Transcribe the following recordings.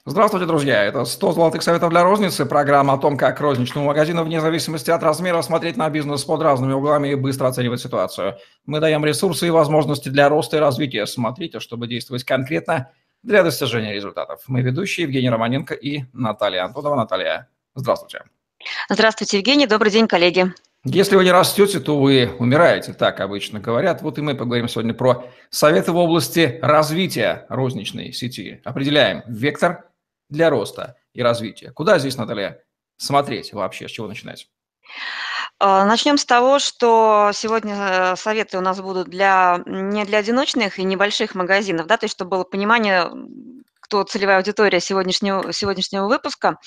Здравствуйте, друзья! Это «100 золотых советов для розницы», программа о том, как розничному магазину вне зависимости от размера смотреть на бизнес под разными углами и быстро оценивать ситуацию. Мы даем ресурсы и возможности для роста и развития. Смотрите, чтобы действовать конкретно для достижения результатов. Мы ведущие Евгений Романенко и Наталья Антонова. Наталья, здравствуйте. Здравствуйте, Евгений. Добрый день, коллеги. Если вы не растете, то вы умираете, так обычно говорят. Вот и мы поговорим сегодня про советы в области развития розничной сети. Определяем вектор для роста и развития. Куда здесь, Наталья, смотреть вообще, с чего начинать? Начнем с того, что сегодня советы у нас будут не для одиночных и небольших магазинов, да, то есть чтобы было понимание, кто целевая аудитория сегодняшнего выпуска.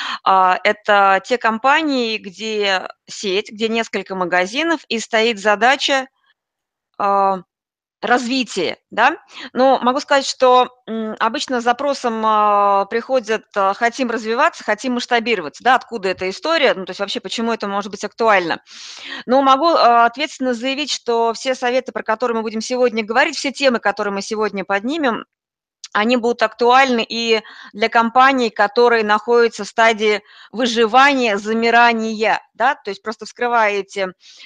Это те компании, где сеть, где несколько магазинов, и стоит задача а, развитие, да. Но могу сказать, что, обычно с запросом, приходят: хотим развиваться, хотим масштабироваться. Да, откуда эта история, ну, то есть вообще, почему это может быть актуально. Но могу, ответственно заявить, что все советы, про которые мы будем сегодня говорить, все темы, которые мы сегодня поднимем, они будут актуальны и для компаний, которые находятся в стадии выживания, замирания, да. То есть просто вскрывая эти,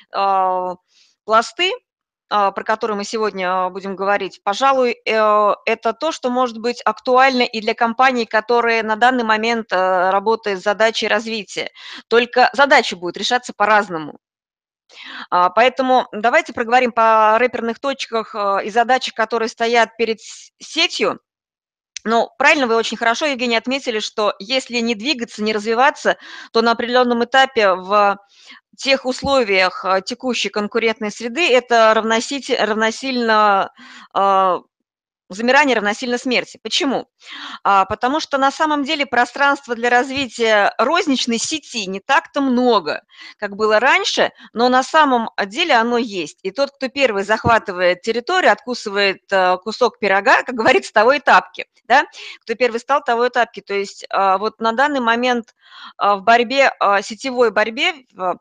пласты, про которые мы сегодня будем говорить, пожалуй, это то, что может быть актуально и для компаний, которые на данный момент работают с задачей развития. Только задача будет решаться по-разному. Поэтому давайте проговорим по рэперных точках и задачах, которые стоят перед сетью. Ну, правильно вы очень хорошо, Евгений, отметили, что если не двигаться, не развиваться, то на определенном этапе в тех условиях текущей конкурентной среды это равносильно замирание равносильно смерти. Почему? Потому что на самом деле пространства для развития розничной сети не так-то много, как было раньше, но на самом деле оно есть. И тот, кто первый захватывает территорию, откусывает кусок пирога, как говорится, того и тапки. Да? Кто первый стал, того и тапки. То есть вот на данный момент в борьбе, сетевой борьбе,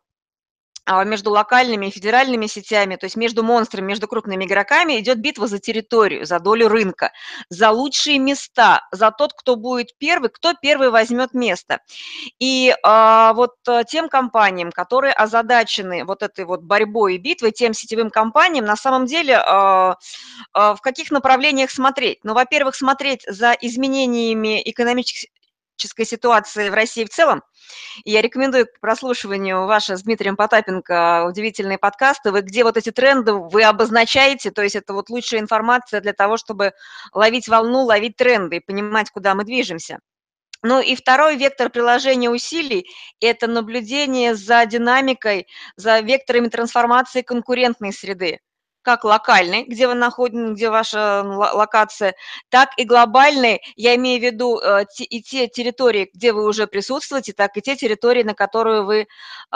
между локальными и федеральными сетями, то есть между монстрами, между крупными игроками идет битва за территорию, за долю рынка, за лучшие места, за тот, кто будет первый, кто первый возьмет место. И тем компаниям, которые озадачены вот этой вот борьбой и битвой, тем сетевым компаниям на самом деле в каких направлениях смотреть? Ну, во-первых, смотреть за изменениями экономической ситуации в России в целом. Я рекомендую к прослушиванию ваши с Дмитрием Потапенко удивительные подкасты, где вот эти тренды вы обозначаете, то есть это вот лучшая информация для того, чтобы ловить волну, ловить тренды и понимать, куда мы движемся. Ну и второй вектор приложения усилий– это наблюдение за динамикой, за векторами трансформации конкурентной среды, как локальной, где вы находитесь, где ваша локация, так и глобальной, я имею в виду и те территории, где вы уже присутствуете, так и те территории, на которые вы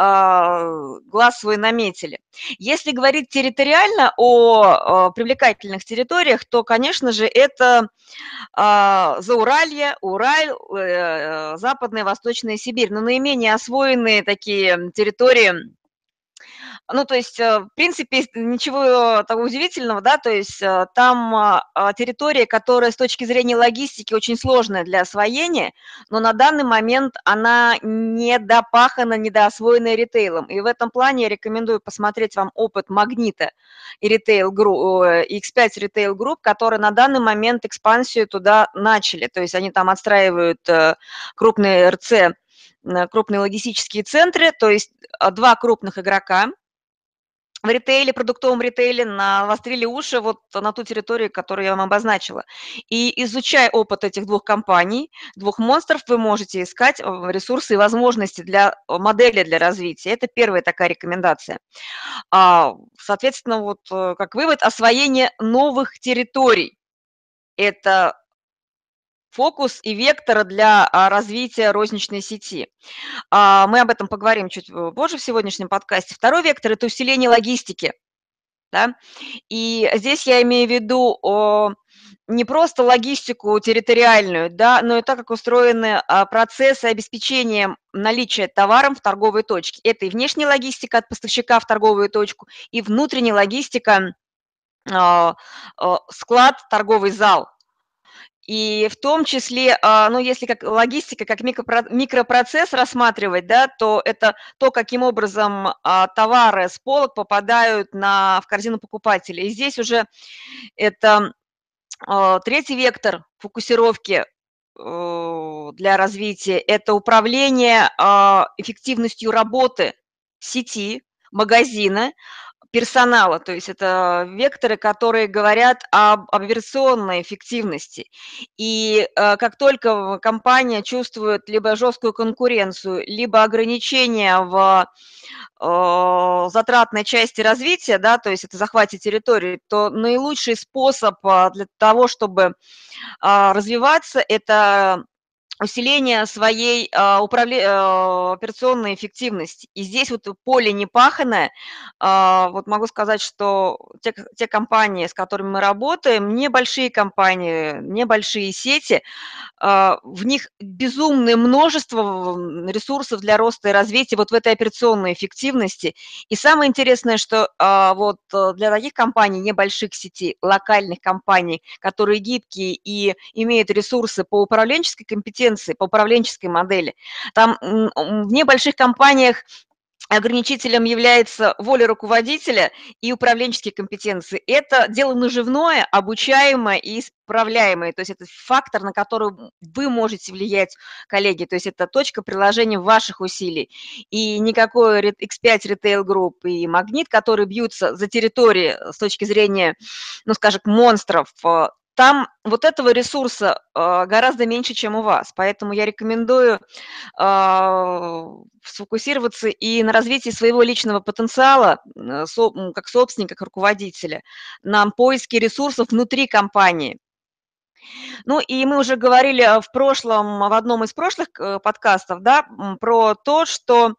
глаз свой наметили. Если говорить территориально о привлекательных территориях, то, конечно же, это Зауралье, Урал, Западная, Восточная Сибирь. Но наименее освоенные такие территории. Ну, то есть, в принципе, ничего такого удивительного, да, то есть там территория, которая с точки зрения логистики очень сложная для освоения, но на данный момент она недопахана, недоосвоена ритейлом. И в этом плане я рекомендую посмотреть вам опыт Магнита и Retail Group, X5 Retail Group, которые на данный момент экспансию туда начали. То есть они там отстраивают крупные РЦ, крупные логистические центры, то есть два крупных игрока в ритейле, продуктовом ритейле навострили уши вот на ту территорию, которую я вам обозначила. И изучая опыт этих двух компаний, двух монстров, вы можете искать ресурсы и возможности для модели для развития. Это первая такая рекомендация. Соответственно, вот как вывод, освоение новых территорий– это фокус и вектор для развития розничной сети. Мы об этом поговорим чуть позже в сегодняшнем подкасте. Второй вектор– это усиление логистики. Да? И здесь я имею в виду не просто логистику территориальную, да, но и так, как устроены процессы обеспечения наличия товаром в торговой точке. Это и внешняя логистика от поставщика в торговую точку, и внутренняя логистика, склад, торговый зал. И в том числе, ну, если как логистика, как микропроцесс рассматривать, да, то это то, каким образом товары с полок попадают в корзину покупателя. И здесь уже это третий вектор фокусировки для развития – это управление эффективностью работы сети, магазина, персонала. То есть это векторы, которые говорят об операционной эффективности. И как только компания чувствует либо жесткую конкуренцию, либо ограничения в затратной части развития, да, то есть это захвате территории, то наилучший способ для того, чтобы развиваться, это усиление своей операционной эффективности. И здесь вот поле не паханое. Вот могу сказать, что те компании, с которыми мы работаем, небольшие компании, небольшие сети, в них безумное множество ресурсов для роста и развития вот в этой операционной эффективности. И самое интересное, что вот для таких компаний, небольших сетей, локальных компаний, которые гибкие и имеют ресурсы по управленческой компетенции, по управленческой модели, там в небольших компаниях ограничителем является воля руководителя и управленческие компетенции. Это дело наживное, обучаемое и исправляемое. То есть это фактор, на который вы можете влиять, коллеги. То есть это точка приложения ваших усилий. И никакой X5 Retail Group и Магнит, которые бьются за территории с точки зрения, ну, скажем, монстров, там вот этого ресурса гораздо меньше, чем у вас. Поэтому я рекомендую сфокусироваться и на развитии своего личного потенциала, как собственника, как руководителя, на поиске ресурсов внутри компании. Ну и мы уже говорили в одном из прошлых подкастов, да, про то, что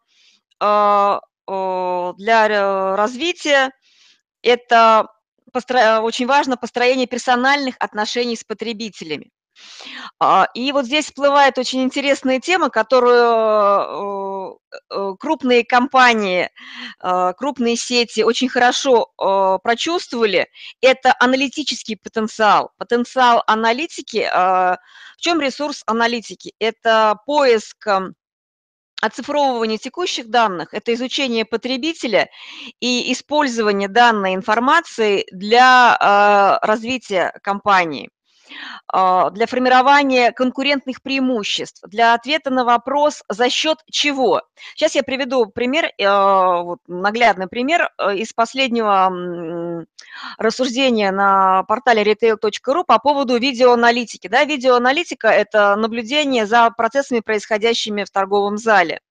для развития это очень важно построение персональных отношений с потребителями. И вот здесь всплывает очень интересная тема, которую крупные компании, крупные сети очень хорошо прочувствовали. Это аналитический потенциал. Потенциал аналитики. В чем ресурс аналитики? Это поиск оцифровывание текущих данных, это изучение потребителя и использование данной информации для развития компании, для формирования конкурентных преимуществ, для ответа на вопрос «за счет чего?». Сейчас я приведу пример, вот наглядный пример из последнего рассуждения на портале retail.ru по поводу видеоаналитики. Да, видеоаналитика – это наблюдение за процессами, происходящими в торговом зале.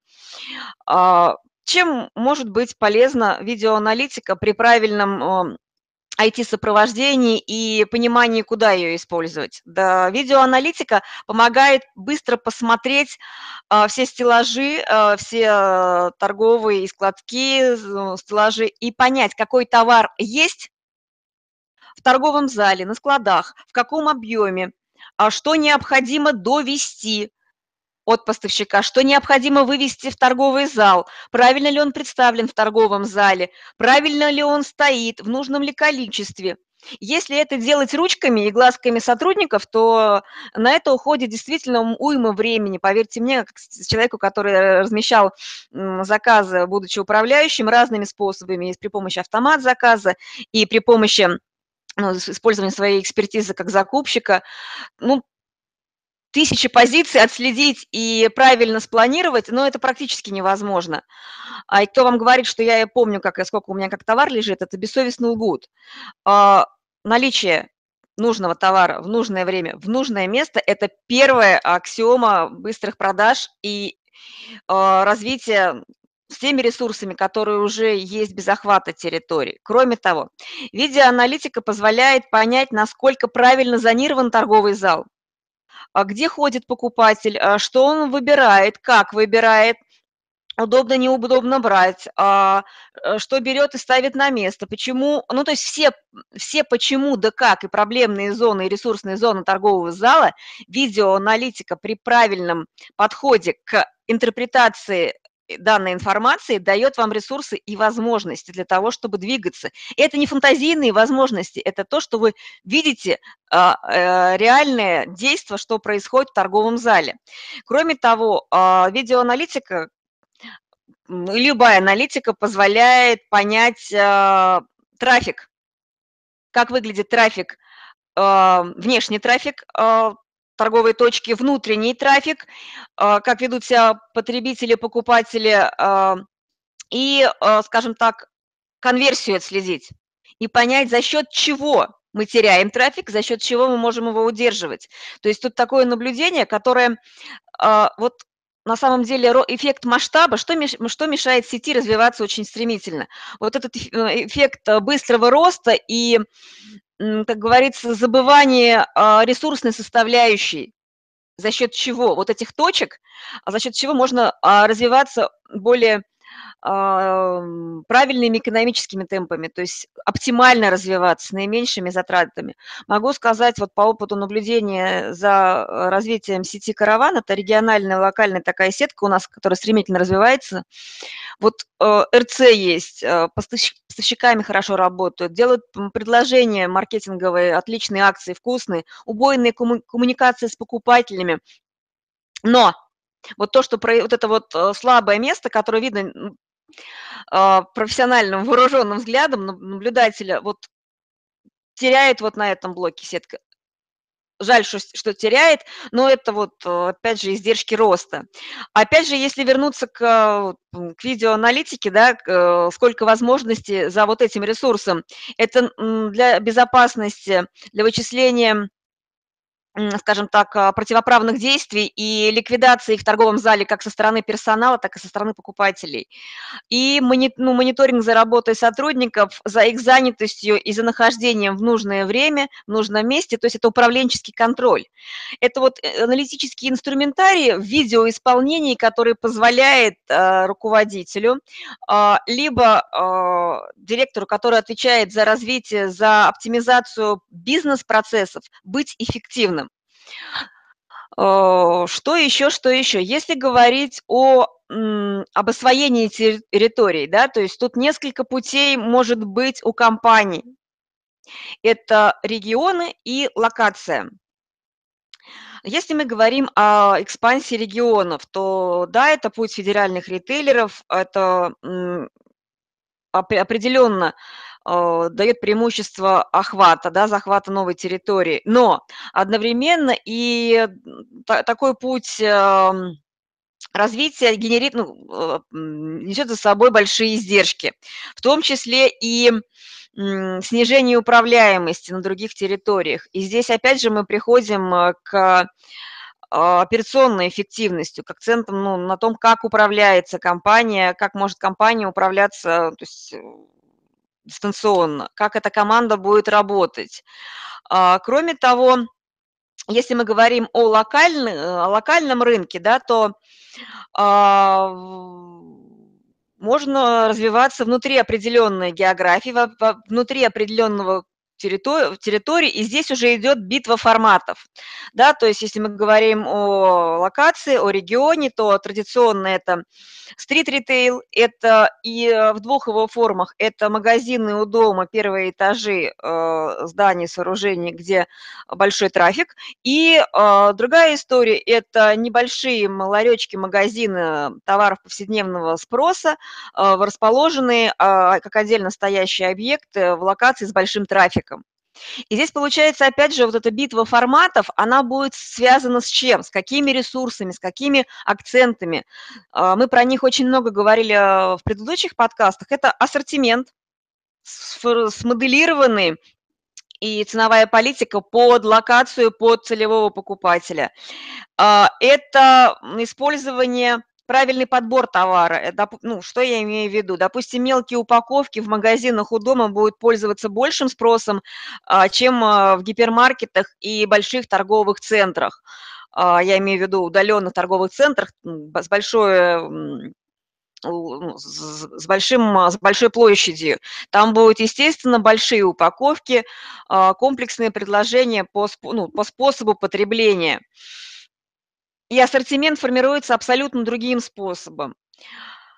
Чем может быть полезна видеоаналитика при правильном IT-сопровождении и понимании, куда ее использовать? Да, видеоаналитика помогает быстро посмотреть все стеллажи, все торговые и складки, стеллажи и понять, какой товар есть в торговом зале, на складах, в каком объеме, что необходимо довести от поставщика, что необходимо вывести в торговый зал, правильно ли он представлен в торговом зале, правильно ли он стоит, в нужном ли количестве. Если это делать ручками и глазками сотрудников, то на это уходит действительно уйма времени. Поверьте мне, как человеку, который размещал заказы, будучи управляющим, разными способами, и при помощи автомат-заказа, и при помощи использования своей экспертизы как закупщика, ну, тысячи позиций отследить и правильно спланировать, но это практически невозможно. И кто вам говорит, что я помню, сколько у меня как товар лежит, это бессовестно лгут. Наличие нужного товара в нужное время, в нужное место – это первая аксиома быстрых продаж и развития с теми ресурсами, которые уже есть без охвата территории. Кроме того, видеоаналитика позволяет понять, насколько правильно зонирован торговый зал, где ходит покупатель, что он выбирает, как выбирает, удобно, неудобно брать, что берет и ставит на место, почему, ну, то есть все почему, да как, и проблемные зоны, и ресурсные зоны торгового зала, видеоаналитика при правильном подходе к интерпретации данной информации дает вам ресурсы и возможности для того, чтобы двигаться. И это не фантазийные возможности, это то, что вы видите реальное действие, что происходит в торговом зале. Кроме того, видеоаналитика, любая аналитика позволяет понять трафик, как выглядит трафик, внешний трафик, торговые точки, внутренний трафик, как ведут себя потребители, покупатели, и, скажем так, конверсию отследить и понять, за счет чего мы теряем трафик, за счет чего мы можем его удерживать. То есть тут такое наблюдение, которое вот на самом деле эффект масштаба, что мешает сети развиваться очень стремительно? Вот этот эффект быстрого роста и, как говорится, забывание ресурсной составляющей, за счет чего, вот этих точек, за счет чего можно развиваться более правильными экономическими темпами, то есть оптимально развиваться с наименьшими затратами. Могу сказать вот по опыту наблюдения за развитием сети «Караван», это региональная, локальная такая сетка у нас, которая стремительно развивается. Вот РЦ есть, поставщиками хорошо работают, делают предложения маркетинговые, отличные акции, вкусные, убойные коммуникации с покупателями. Но вот то, что вот это вот слабое место, которое видно профессиональным вооруженным взглядом наблюдателя, вот теряет вот на этом блоке сетка. Жаль, что теряет, но это вот, опять же, издержки роста. Опять же, если вернуться к видеоаналитике, да, сколько возможностей за вот этим ресурсом, это для безопасности, для вычисления, скажем так, противоправных действий и ликвидации их в торговом зале как со стороны персонала, так и со стороны покупателей. И мониторинг за работой сотрудников, за их занятостью и за нахождением в нужное время, в нужном месте, то есть это управленческий контроль. Это вот аналитический инструментарий в видеоисполнении, который позволяет руководителю, либо директору, который отвечает за развитие, за оптимизацию бизнес-процессов, быть эффективным. Что еще, что еще? Если говорить об освоении территорий, да, то есть тут несколько путей может быть у компаний. Это регионы и локация. Если мы говорим о экспансии регионов, то да, это путь федеральных ритейлеров, это определенно дает преимущество охвата, да, захвата новой территории, но одновременно и такой путь развития несет за собой большие издержки, в том числе и снижение управляемости на других территориях. И здесь опять же мы приходим к операционной эффективностью, к акцентам на том, как управляется компания, как может компания управляться, то есть дистанционно, как эта команда будет работать. Кроме того, если мы говорим о локальном рынке, да, то можно развиваться внутри определенной географии, внутри определенного территории, и здесь уже идет битва форматов. Да, то есть если мы говорим о локации, о регионе, то традиционно это стрит-ритейл, это и в двух его формах. Это магазины у дома, первые этажи зданий, сооружений, где большой трафик. И другая история – это небольшие ларечки, магазины товаров повседневного спроса, расположенные как отдельно стоящие объекты в локации с большим трафиком. И здесь получается, опять же, вот эта битва форматов, она будет связана с чем? С какими ресурсами, с какими акцентами? Мы про них очень много говорили в предыдущих подкастах. Это ассортимент, смоделированный, и ценовая политика под локацию, под целевого покупателя. Это использование, правильный подбор товара. Что я имею в виду? Допустим, мелкие упаковки в магазинах у дома будут пользоваться большим спросом, чем в гипермаркетах и больших торговых центрах. Я имею в виду удаленных торговых центрах с большой площадью. Там будут, естественно, большие упаковки, комплексные предложения по способу потребления. И ассортимент формируется абсолютно другим способом.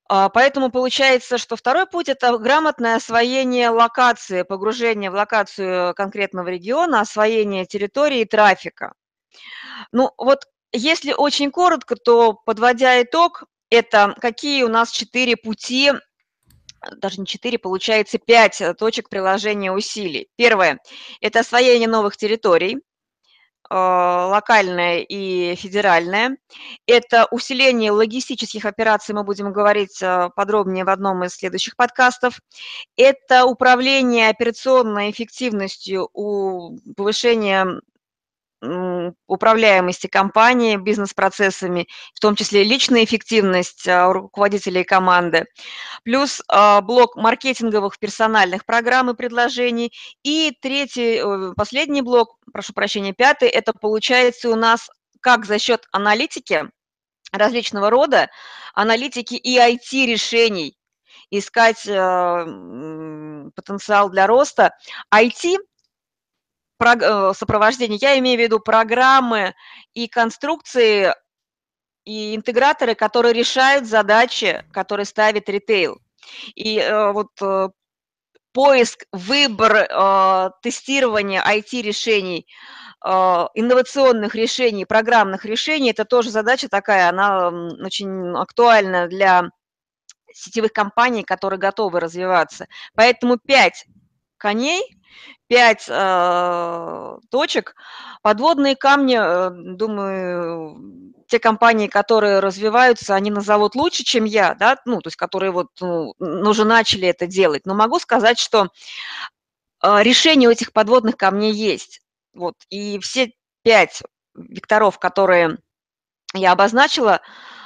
Поэтому получается, что второй путь – это грамотное освоение локации, погружение в локацию конкретного региона, освоение территории и трафика. Ну вот если очень коротко, то, подводя итог, это какие у нас 4 пути, даже не 4, получается 5 точек приложения усилий. Первое – это освоение новых территорий, локальное и федеральное. Это усиление логистических операций, мы будем говорить подробнее в одном из следующих подкастов. Это управление операционной эффективностью, повышение управляемости компании, бизнес-процессами, в том числе личная эффективность руководителей команды, плюс блок маркетинговых персональных программ и предложений. И третий, последний блок, прошу прощения, пятый, это получается у нас как за счет аналитики различного рода, аналитики и IT-решений искать потенциал для роста. IT сопровождение, я имею в виду программы и конструкции, и интеграторы, которые решают задачи, которые ставит ритейл. И поиск, выбор, тестирование IT-решений, инновационных решений, программных решений – это тоже задача такая, она очень актуальна для сетевых компаний, которые готовы развиваться. Поэтому 5 коней, 5 точек. Подводные камни, думаю, те компании, которые развиваются, они назовут лучше, чем я, да, ну, то есть которые вот, уже начали это делать. Но могу сказать, что решение у этих подводных камней есть. Вот. И все 5 векторов, которые я обозначила,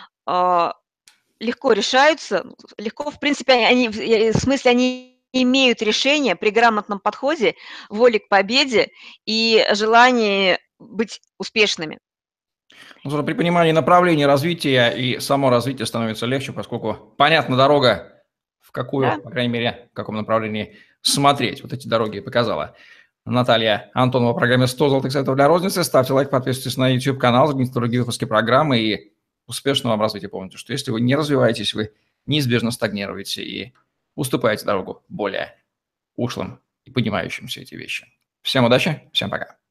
легко решаются. Легко, в принципе, они, в смысле, они имеют решение при грамотном подходе, воле к победе и желании быть успешными. Ну, при понимании направления развития и само развитие становится легче, поскольку понятна дорога, в какую, Да? по крайней мере, в каком направлении смотреть. Вот эти дороги показала Наталья Антонова в программе «100 золотых советов для розницы». Ставьте лайк, подписывайтесь на YouTube-канал, загляните на другие выпуски программы и успешного вам развития. Помните, что если вы не развиваетесь, вы неизбежно стагнируете и уступаете дорогу более ушлым и понимающим все эти вещи. Всем удачи, всем пока.